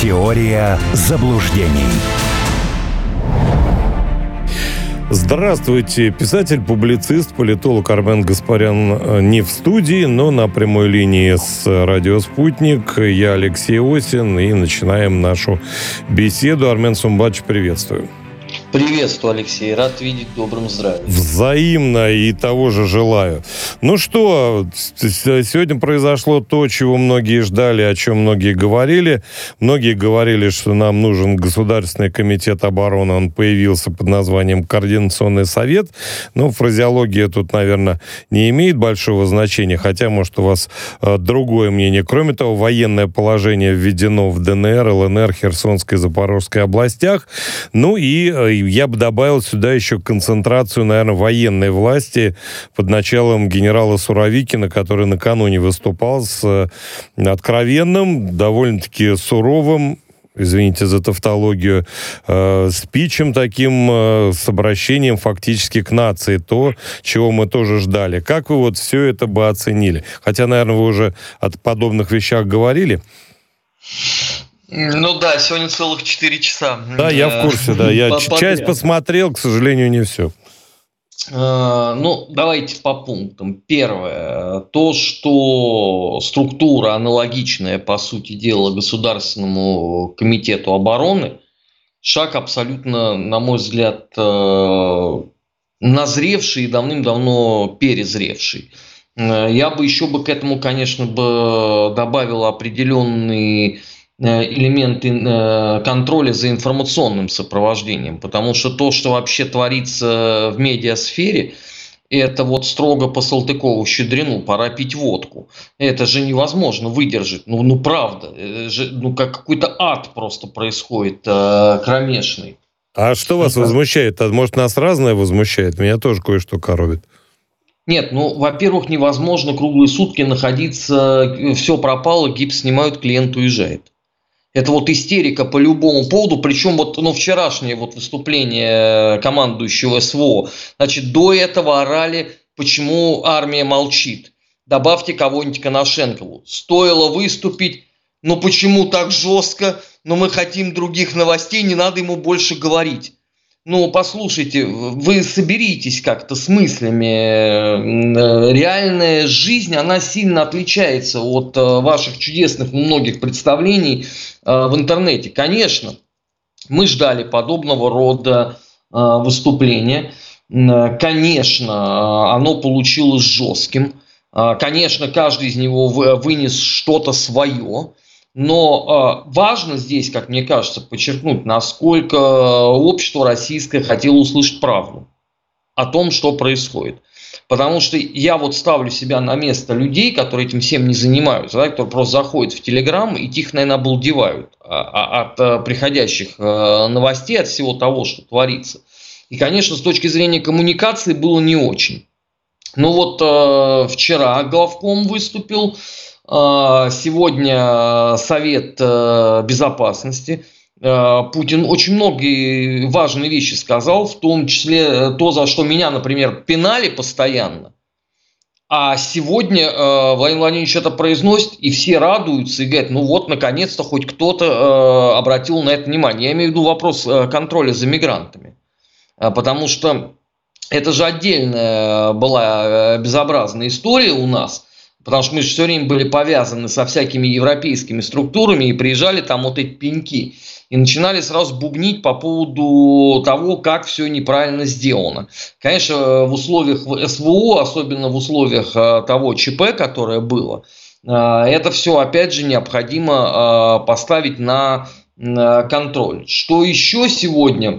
Теория заблуждений. Здравствуйте. Писатель, публицист, политолог Армен Гаспарян не в студии, но на прямой линии с радио «Спутник». Я Алексей Осин, и начинаем нашу беседу. Армен Сумбатович, приветствую. Приветствую, Алексей. Рад видеть в добром здравии. Взаимно, и того же желаю. Ну что, сегодня произошло то, чего многие ждали, о чем многие говорили. Многие говорили, что нам нужен Государственный комитет обороны. Он появился под названием Координационный совет. Но фразеология тут, наверное, не имеет большого значения, хотя, может, у вас другое мнение. Кроме того, военное положение введено в ДНР, ЛНР, Херсонской и Запорожской областях. Ну и я бы добавил сюда еще концентрацию, наверное, военной власти под началом генерала Суровикина, который накануне выступал с откровенным, довольно-таки суровым, извините за тавтологию, спичем таким, с обращением фактически к нации, то, чего мы тоже ждали. Как вы вот все это бы оценили? Хотя, наверное, вы уже о подобных вещах говорили. Ну да, сегодня целых 4 часа. Да, я в курсе, да. Я часть посмотрел, к сожалению, не все. Ну, давайте по пунктам. Первое. То, что структура аналогичная, по сути дела, Государственному комитету обороны, шаг абсолютно, на мой взгляд, назревший и давным-давно перезревший. Я бы еще к этому, конечно, добавил определенные элементы контроля за информационным сопровождением, потому что то, что вообще творится в медиасфере, это вот строго по Салтыкову-Щедрину, пора пить водку. Это же невозможно выдержать, ну правда, как какой-то ад просто происходит кромешный. А что вас возмущает? Может, нас разное возмущает? Меня тоже кое-что коробит. Нет, во-первых, невозможно круглые сутки находиться, все пропало, гипс снимают, клиент уезжает. Это вот истерика по любому поводу, причем вчерашнее выступление командующего СВО, значит, до этого орали, почему армия молчит. Добавьте кого-нибудь Коношенкову. Стоило выступить, почему так жестко, мы хотим других новостей, не надо ему больше говорить. Послушайте, вы соберитесь как-то с мыслями. Реальная жизнь, она сильно отличается от ваших чудесных многих представлений в интернете. Конечно, мы ждали подобного рода выступления. Конечно, оно получилось жестким. Конечно, каждый из него вынес что-то свое. Но важно здесь, как мне кажется, подчеркнуть, насколько общество российское хотело услышать правду о том, что происходит. Потому что я ставлю себя на место людей, которые этим всем не занимаются, которые просто заходят в Телеграм и тихо, наверное, обалдевают от приходящих новостей, от всего того, что творится. И, конечно, с точки зрения коммуникации было не очень. Вчера главком выступил. Сегодня Совет Безопасности. Путин очень многие важные вещи сказал, в том числе то, за что меня, например, пинали постоянно. А сегодня Владимир Владимирович это произносит, и все радуются и говорят, наконец-то хоть кто-то обратил на это внимание. Я имею в виду вопрос контроля за мигрантами. Потому что это же отдельная была безобразная история у нас. Потому что мы же все время были повязаны со всякими европейскими структурами и приезжали там эти пеньки. И начинали сразу бубнить по поводу того, как все неправильно сделано. Конечно, в условиях СВО, особенно в условиях того ЧП, которое было, это все опять же необходимо поставить на контроль. Что еще сегодня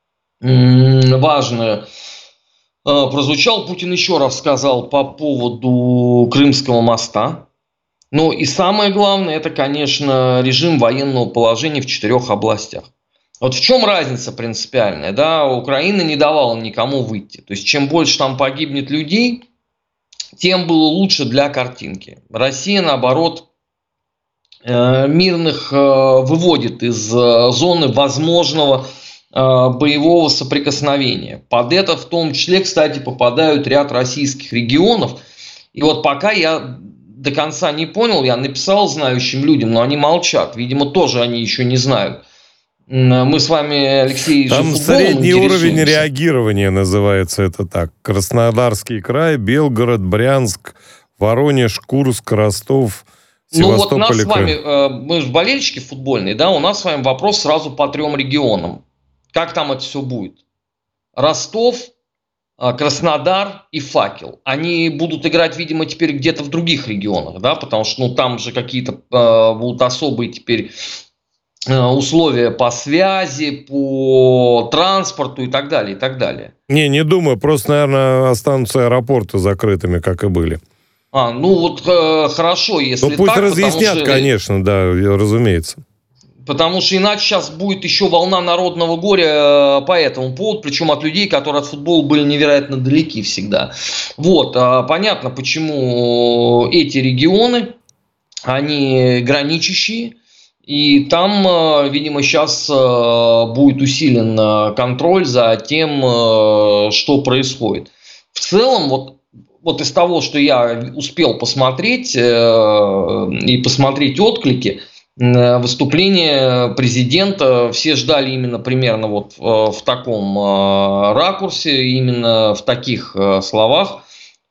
важно прозвучал, Путин еще раз сказал по поводу Крымского моста. И самое главное, это, конечно, режим военного положения в 4 областях. В чем разница принципиальная? Да? Украина не давала никому выйти. То есть, чем больше там погибнет людей, тем было лучше для картинки. Россия, наоборот, мирных выводит из зоны возможного боевого соприкосновения. Под это в том числе, кстати, попадают ряд российских регионов. И пока я до конца не понял, я написал знающим людям, но они молчат. Видимо, тоже они еще не знают. Мы с вами, Алексей, там же футболом средний уровень интересуемся. реагирования называется это так. Краснодарский край, Белгород, Брянск, Воронеж, Курск, Ростов, Севастополь. Ну вот нас с вами, мы же болельщики футбольные, да, у нас с вами вопрос сразу по 3 регионам. Как там это все будет? Ростов, Краснодар и Факел. Они будут играть, видимо, теперь где-то в других регионах, да, потому что там же какие-то будут особые теперь условия по связи, по транспорту и так далее, и так далее. Не думаю, просто, наверное, останутся аэропорты закрытыми, как и были. Ну вот хорошо, если так. Ну пусть разъяснят, конечно, да, разумеется. Потому что иначе сейчас будет еще волна народного горя по этому поводу, причем от людей, которые от футбола были невероятно далеки всегда. Вот, понятно, почему эти регионы, они граничащие, и там, видимо, сейчас будет усилен контроль за тем, что происходит. В целом, вот из того, что я успел посмотреть и посмотреть отклики, выступление президента все ждали именно примерно вот в таком ракурсе, именно в таких словах.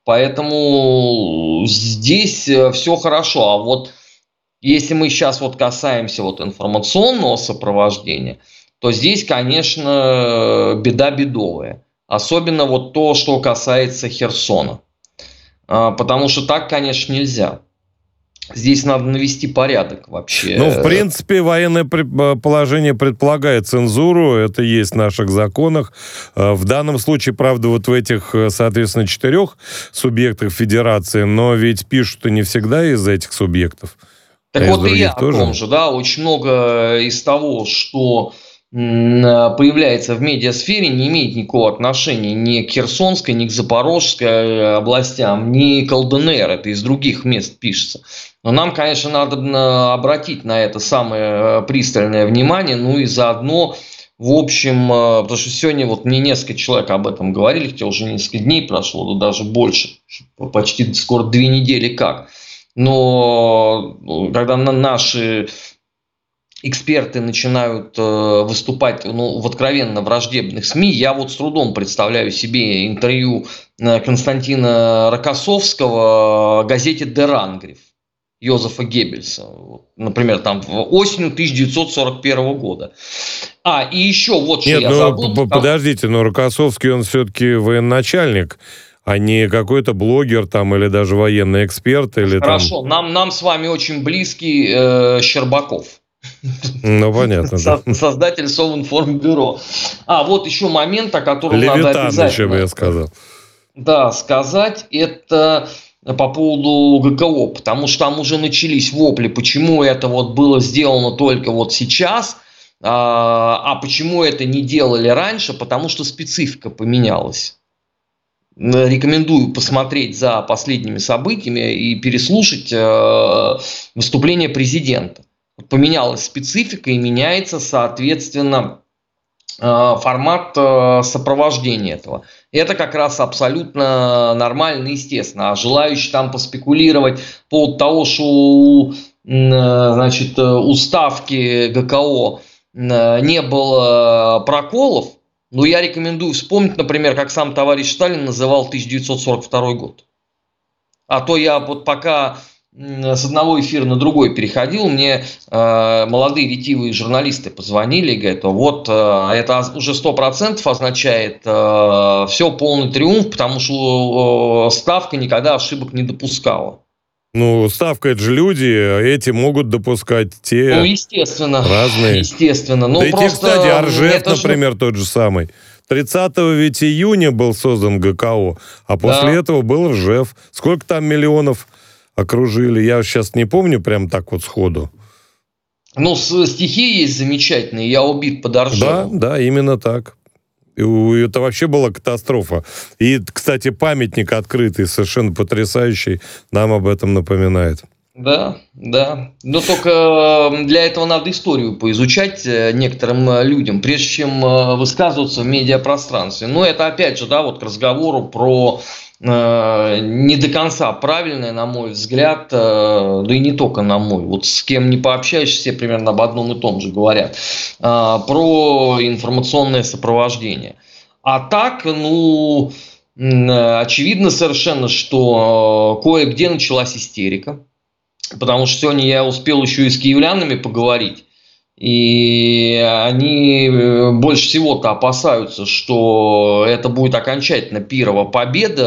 Поэтому здесь все хорошо. А вот если мы сейчас вот касаемся вот информационного сопровождения, то здесь, конечно, беда бедовая. Особенно вот то, что касается Херсона. Потому что так, конечно, нельзя. Здесь надо навести порядок вообще. Ну, в принципе, военное положение предполагает цензуру, это есть в наших законах. В данном случае, правда, вот в этих, соответственно, 4 субъектах федерации, но ведь пишут и не всегда из этих субъектов. Так вот и я о том же, да, очень много из того, что появляется в медиасфере, не имеет никакого отношения ни к Херсонской, ни к Запорожской областям, ни к ЛДНР, это из других мест пишется. Но нам, конечно, надо обратить на это самое пристальное внимание, ну и заодно, в общем, потому что сегодня вот мне несколько человек об этом говорили, хотя уже несколько дней прошло, да даже больше, почти скоро 2 недели как. Но когда наши эксперты начинают выступать в откровенно враждебных СМИ, я вот с трудом представляю себе интервью Константина Рокоссовского в газете «Der Angriff» Йозефа Геббельса, например, там осенью 1941 года. И еще вот что я забыл. Подождите, но Рокоссовский, он все-таки военачальник, а не какой-то блогер там или даже военный эксперт. Или хорошо, там... нам с вами очень близкий Щербаков. Ну, понятно. Создатель Совинформбюро. Вот еще момент, о котором Левитан, надо обязательно... еще бы я сказал. Да, сказать, это по поводу ГКО, потому что там уже начались вопли, почему это вот было сделано только вот сейчас, почему это не делали раньше, потому что специфика поменялась. Рекомендую посмотреть за последними событиями и переслушать выступление президента. Поменялась специфика и меняется, соответственно, формат сопровождения этого. Это как раз абсолютно нормально и естественно. А желающие там поспекулировать по поводу того, что у ставки ГКО не было проколов, я рекомендую вспомнить, например, как сам товарищ Сталин называл 1942 год. А то я вот пока с одного эфира на другой переходил, мне молодые ретивые журналисты позвонили и говорят, это уже 100% означает все полный триумф, потому что ставка никогда ошибок не допускала. Ну, ставка — это же люди, эти могут допускать, те естественно, разные. Естественно. Да и те, кстати, Ржев, например, тот же самый. 30 ведь июня был создан ГКО, а после этого был Ржев. Сколько там миллионов окружили? Я сейчас не помню прям так вот сходу. Стихи есть замечательные. «Я убит под Ржевом». Да, именно так. И это вообще была катастрофа. И, кстати, памятник открытый, совершенно потрясающий, нам об этом напоминает. Да, да. Но только для этого надо историю поизучать некоторым людям, прежде чем высказываться в медиапространстве. Но это опять же, да, вот к разговору про не до конца правильное, на мой взгляд, да и не только на мой. Вот с кем не пообщаешься, все примерно об одном и том же говорят. Про информационное сопровождение. А так, ну, очевидно совершенно, что кое-где началась истерика. Потому что сегодня я успел еще и с киевлянами поговорить. И они больше всего-то опасаются, что это будет окончательно пирова победа,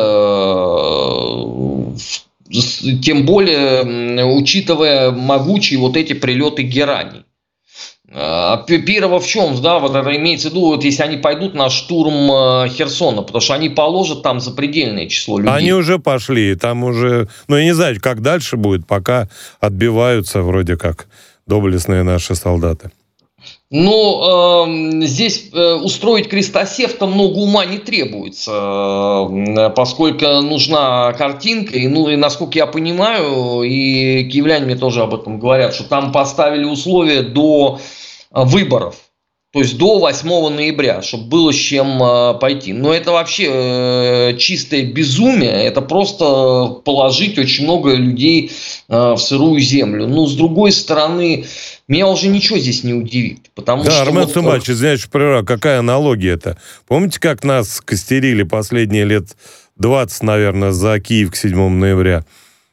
тем более учитывая могучие вот эти прилеты гераний. Пирова в чем? Да, вот это имеется в виду, вот если они пойдут на штурм Херсона, потому что они положат там запредельное число людей. Они уже пошли, там уже, ну я не знаю, как дальше будет, пока отбиваются вроде как доблестные наши солдаты. Ну, здесь устроить крестосев-то много ума не требуется, поскольку нужна картинка, и, ну, и насколько я понимаю, и киевляне мне тоже об этом говорят, что там поставили условия до выборов, то есть до 8 ноября, чтобы было с чем пойти. Но это вообще чистое безумие, это просто положить очень много людей в сырую землю. Но с другой стороны, меня уже ничего здесь не удивит. Потому да, что Армен вот... Сумбатович, извиняюсь, какая аналогия-то? Помните, как нас костерили последние лет 20, наверное, за Киев к 7 ноября?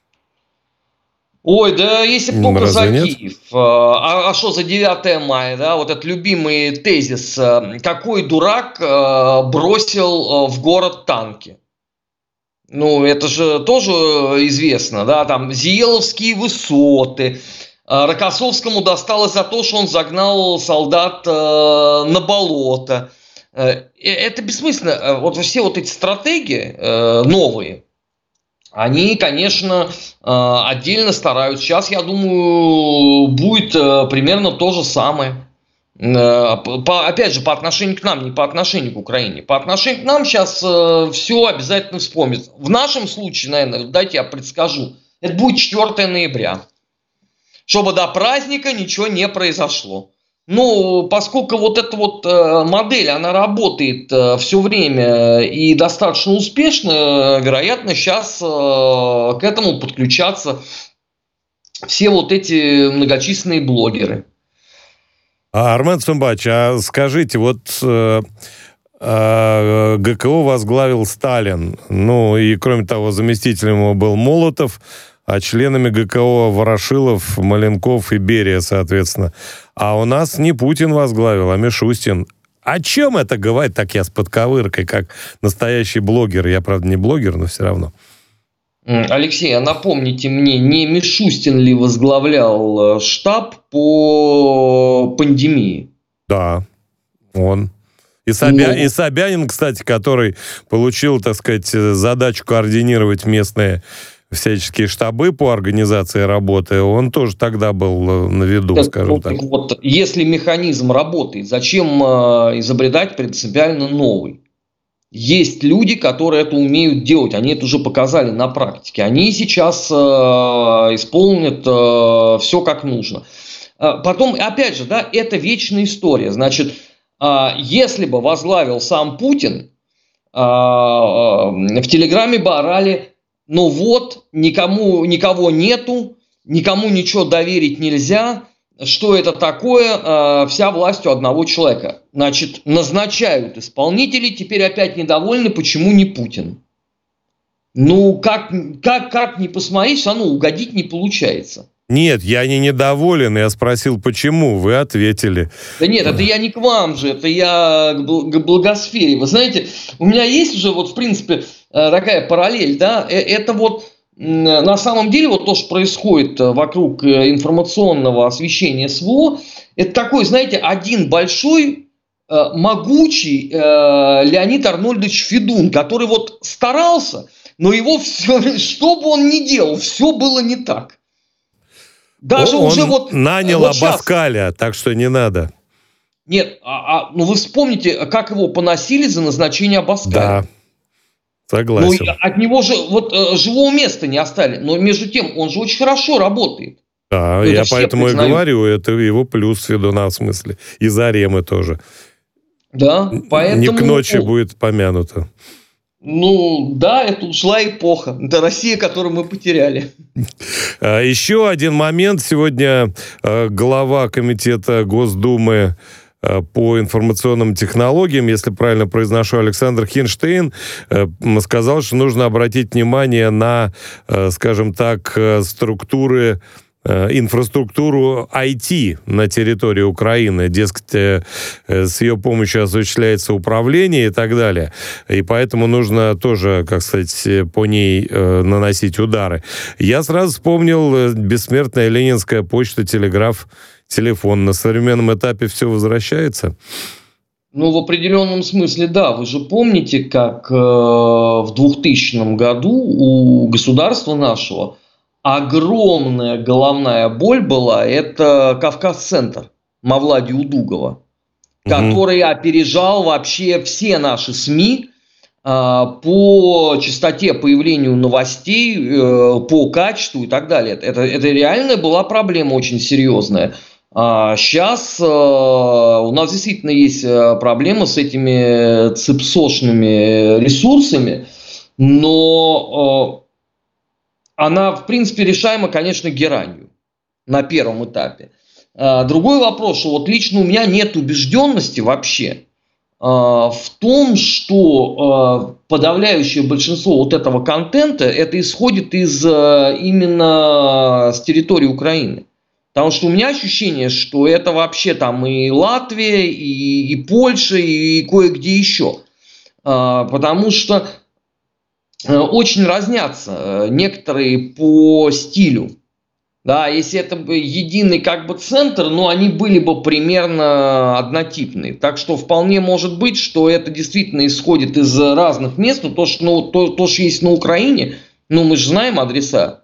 Ой, да если бы только за нет? Киев. А что за 9 мая, да, вот этот любимый тезис. Какой дурак бросил в город танки? Ну, это же тоже известно, да, там Зиеловские высоты. Рокоссовскому досталось за то, что он загнал солдат на болото. Это бессмысленно. Вот все вот эти стратегии новые, они, конечно, отдельно стараются. Сейчас, я думаю, будет примерно то же самое. Опять же, по отношению к нам, не по отношению к Украине. По отношению к нам сейчас все обязательно вспомнят. В нашем случае, наверное, дайте я предскажу, это будет 4 ноября. Чтобы до праздника ничего не произошло. Ну, поскольку вот эта вот модель, она работает все время и достаточно успешно, вероятно, сейчас к этому подключатся все вот эти многочисленные блогеры. Армен Сумбатович, а скажите, вот ГКО возглавил Сталин, ну и кроме того, заместителем его был Молотов, а членами ГКО Ворошилов, Маленков и Берия, соответственно. А у нас не Путин возглавил, а Мишустин. О чем это говорит? Так я с подковыркой, как настоящий блогер. Я, правда, не блогер, но все равно. Алексей, а напомните мне, не Мишустин ли возглавлял штаб по пандемии? Да, он. И Собянин, кстати, который получил, так сказать, задачу координировать местные всяческие штабы по организации работы, он тоже тогда был на виду, так, скажем так. Вот, если механизм работает, зачем изобретать принципиально новый? Есть люди, которые это умеют делать, они это уже показали на практике. Они сейчас исполнят все как нужно. Потом, опять же, да, это вечная история. Значит, если бы возглавил сам Путин, в Телеграме бы орали: ну вот, никого нету, никому ничего доверить нельзя. Что это такое? Вся власть у одного человека. Значит, назначают исполнителей, теперь опять недовольны, почему не Путин. Ну, как ни посмотреть, все равно угодить не получается. Нет, я не недоволен, я спросил, почему, вы ответили. Да нет, это я не к вам же, это я к благосфере. Вы знаете, у меня есть уже вот в принципе такая параллель, да, это вот на самом деле вот то, что происходит вокруг информационного освещения СВО, это такой, знаете, один большой могучий Леонид Арнольдович Федун, который вот старался, но его все, что бы он ни делал, все было не так. Даже он уже вот нанял вот Абаскаля, так что не надо. Нет, ну вы вспомните, как его поносили за назначение Абаскаля. Да. Согласен. Но от него же живого места не оставили. Но между тем, он же очень хорошо работает. Да, я поэтому и говорю, это его плюс Федуна в смысле. И Заремы тоже. Да, поэтому... Не к ночи будет помянуто. Да, это ушла эпоха. Это Россия, которую мы потеряли. Еще один момент. Сегодня глава комитета Госдумы по информационным технологиям, если правильно произношу, Александр Хинштейн, сказал, что нужно обратить внимание на, скажем так, инфраструктуру IT на территории Украины. Дескать, с ее помощью осуществляется управление и так далее. И поэтому нужно тоже, как сказать, по ней наносить удары. Я сразу вспомнил бессмертная ленинская почта, телеграф, телефон. На современном этапе все возвращается? В определенном смысле, да. Вы же помните, как в 2000 году у государства нашего огромная головная боль была, это Кавказ-центр Мавлади Удугова, который опережал вообще все наши СМИ по частоте появлению новостей, по качеству и так далее. Это реально была проблема очень серьезная. Сейчас у нас действительно есть проблема с этими цепсошными ресурсами, но она, в принципе, решаема, конечно, геранью на первом этапе. Другой вопрос, что лично у меня нет убежденности вообще в том, что подавляющее большинство этого контента это исходит именно с территории Украины. Потому что у меня ощущение, что это вообще там и Латвия, и Польша, и кое-где еще. Потому что очень разнятся некоторые по стилю. Да, если это бы единый центр, они были бы примерно однотипные. Так что вполне может быть, что это действительно исходит из разных мест. То, что есть на Украине, мы же знаем адреса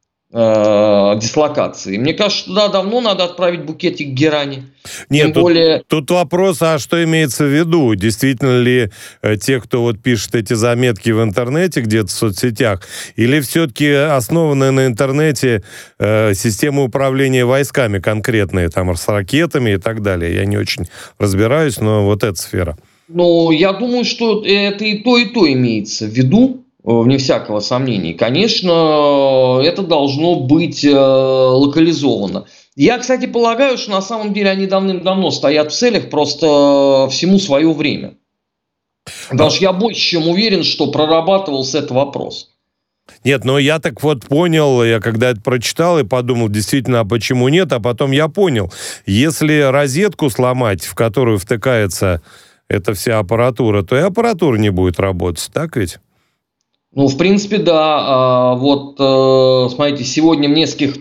дислокации. Мне кажется, туда давно надо отправить букетик герани. Нет, тут вопрос, а что имеется в виду? Действительно ли те, кто пишет эти заметки в интернете, где-то в соцсетях, или все-таки основанная на интернете система управления войсками конкретные, там, с ракетами и так далее? Я не очень разбираюсь, но эта сфера. Я думаю, что это и то имеется в виду. Вне всякого сомнения. Конечно, это должно быть локализовано. Я, кстати, полагаю, что на самом деле они давным-давно стоят в целях, просто всему свое время. Потому что я больше чем уверен, что прорабатывался этот вопрос. Нет, я так понял, я когда это прочитал и подумал, действительно, а почему нет, а потом я понял, если розетку сломать, в которую втыкается эта вся аппаратура, то и аппаратура не будет работать, так ведь? В принципе, да. Смотрите, сегодня в нескольких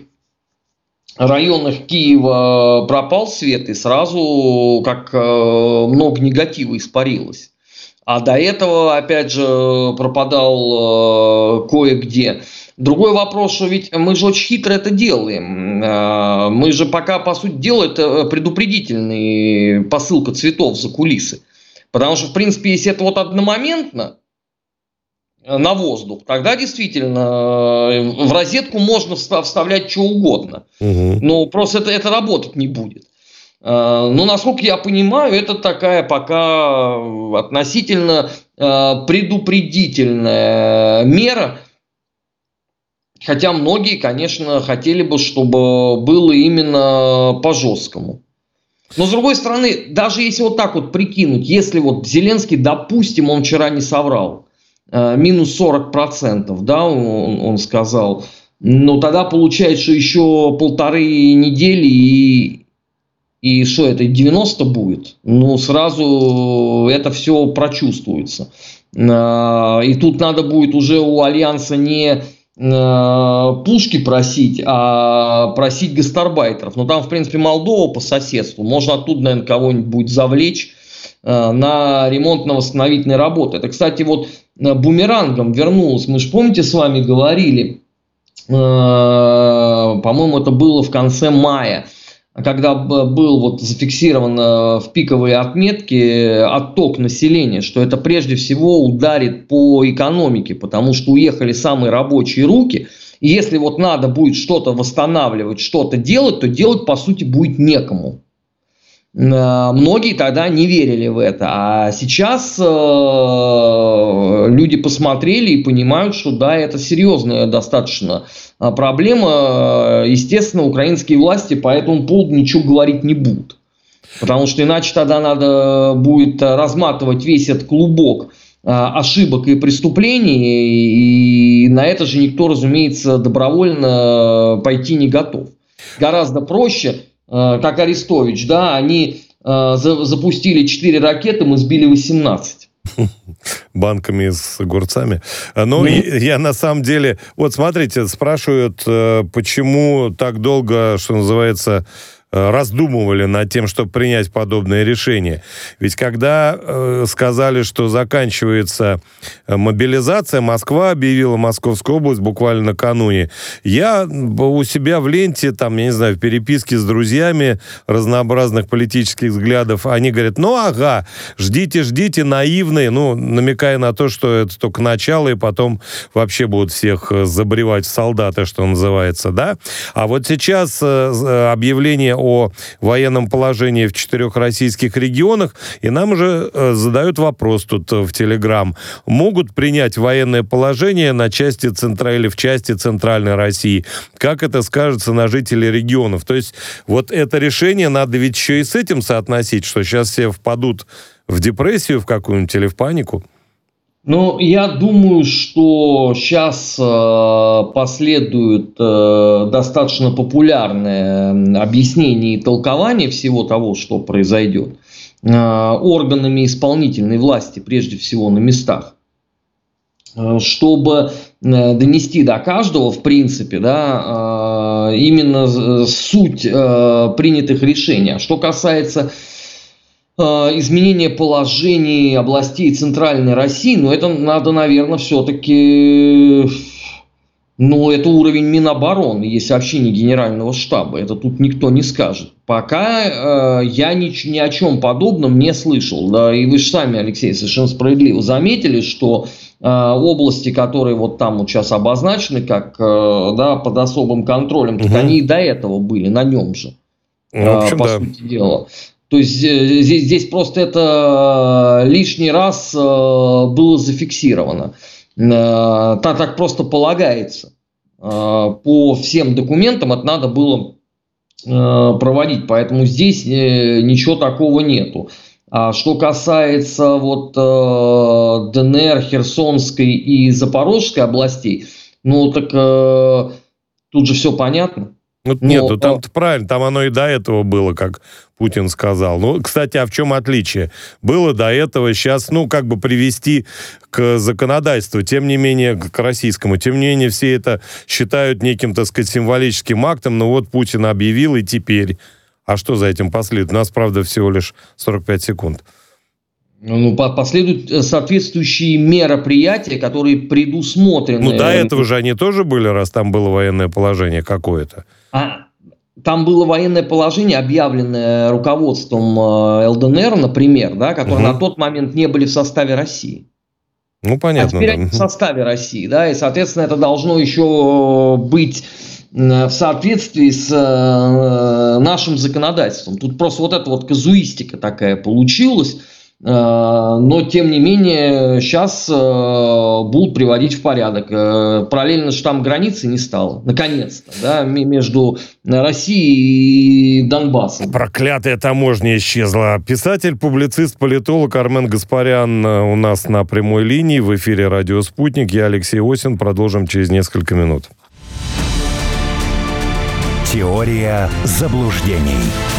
районах Киева пропал свет, и сразу как много негатива испарилось. А до этого, опять же, пропадал кое-где. Другой вопрос, что ведь мы же очень хитро это делаем. Мы же пока, по сути дела, это предупредительная посылка цветов за кулисы. Потому что, в принципе, если это одномоментно, на воздух, тогда действительно в розетку можно вставлять что угодно. Но просто это работать не будет. Насколько я понимаю, это такая пока относительно предупредительная мера. Хотя многие, конечно, хотели бы, чтобы было именно по-жесткому. Но, с другой стороны, даже если так прикинуть, если Зеленский, допустим, он вчера не соврал, минус 40%, да, он сказал. Тогда получается, что еще 1,5 недели и что это, 90 будет? Сразу это все прочувствуется. И тут надо будет уже у Альянса не пушки просить, а просить гастарбайтеров. Там, в принципе, Молдова по соседству. Можно оттуда, наверное, кого-нибудь будет завлечь на ремонтно-восстановительные работы. Это, кстати, бумерангом вернулось. Мы же, помните, с вами говорили, по-моему, это было в конце мая, когда был вот зафиксирован в пиковой отметке отток населения, что это прежде всего ударит по экономике, потому что уехали самые рабочие руки, и если вот надо будет что-то восстанавливать, что-то делать, то делать по сути будет некому. Многие тогда не верили в это, а сейчас люди посмотрели и понимают, что да, это серьезная достаточно проблема. Естественно, украинские власти по этому поводу ничего говорить не будут, потому что иначе тогда надо будет разматывать весь этот клубок ошибок и преступлений, и на это же никто, разумеется, добровольно пойти не готов. Гораздо проще, как Арестович, да, они запустили 4 ракеты, мы сбили 18. Банками с огурцами. Но я на самом деле... Вот смотрите, спрашивают, почему так долго, что называется, раздумывали над тем, чтобы принять подобное решение. Ведь когда сказали, что заканчивается мобилизация, Москва объявила, Московская область буквально накануне, я у себя в ленте, там, я не знаю, в переписке с друзьями разнообразных политических взглядов, они говорят, ну ага, ждите, наивные, ну, намекая на то, что это только начало, и потом вообще будут всех забревать в солдаты, что называется, да? А вот сейчас объявление о военном положении в 4 российских регионах, и нам уже задают вопрос тут в Телеграм. Могут принять военное положение на части или в части Центральной России? Как это скажется на жителей регионов? То есть вот это решение надо ведь еще и с этим соотносить, что сейчас все впадут в депрессию в какую-нибудь или в панику? Ну, я думаю, что сейчас последует достаточно популярное объяснение и толкование всего того, что произойдет, органами исполнительной власти, прежде всего на местах, чтобы донести до каждого, в принципе, да, именно суть принятых решений. А что касается изменение положений областей Центральной России, но это надо, наверное, все-таки, это уровень Минобороны, есть сообщение Генерального штаба, это тут никто не скажет. Пока я ни о чем подобном не слышал, да, и вы же сами, Алексей, совершенно справедливо заметили, что области, которые вот там вот сейчас обозначены как под особым контролем, так они и до этого были на нем же, по сути дела. То есть здесь просто это лишний раз было зафиксировано. Так просто полагается. По всем документам это надо было проводить, поэтому здесь ничего такого нету. А что касается вот ДНР, Херсонской и Запорожской областей, так тут же все понятно. Нету, там-то правильно, там оно и до этого было, как Путин сказал. Кстати, а в чем отличие? Было до этого, сейчас, привести к законодательству, тем не менее, к российскому. Тем не менее, все это считают неким, так сказать, символическим актом, Путин объявил, и теперь. А что за этим последует? У нас, правда, всего лишь 45 секунд. Последуют соответствующие мероприятия, которые предусмотрены. До этого же они тоже были, раз там было военное положение какое-то. Там было военное положение, объявленное руководством ЛДНР, например, да, которые на тот момент не были в составе России. Понятно. А теперь они в составе России, да, и, соответственно, это должно еще быть в соответствии с нашим законодательством. Тут просто вот эта вот казуистика такая получилась. Но, тем не менее, сейчас будут приводить в порядок. Параллельно же там границы не стало, наконец-то, да, между Россией и Донбассом. Проклятая таможня исчезла. Писатель, публицист, политолог Армен Гаспарян у нас на прямой линии. В эфире «Радио Спутник». Я Алексей Осин. Продолжим через несколько минут. Теория заблуждений.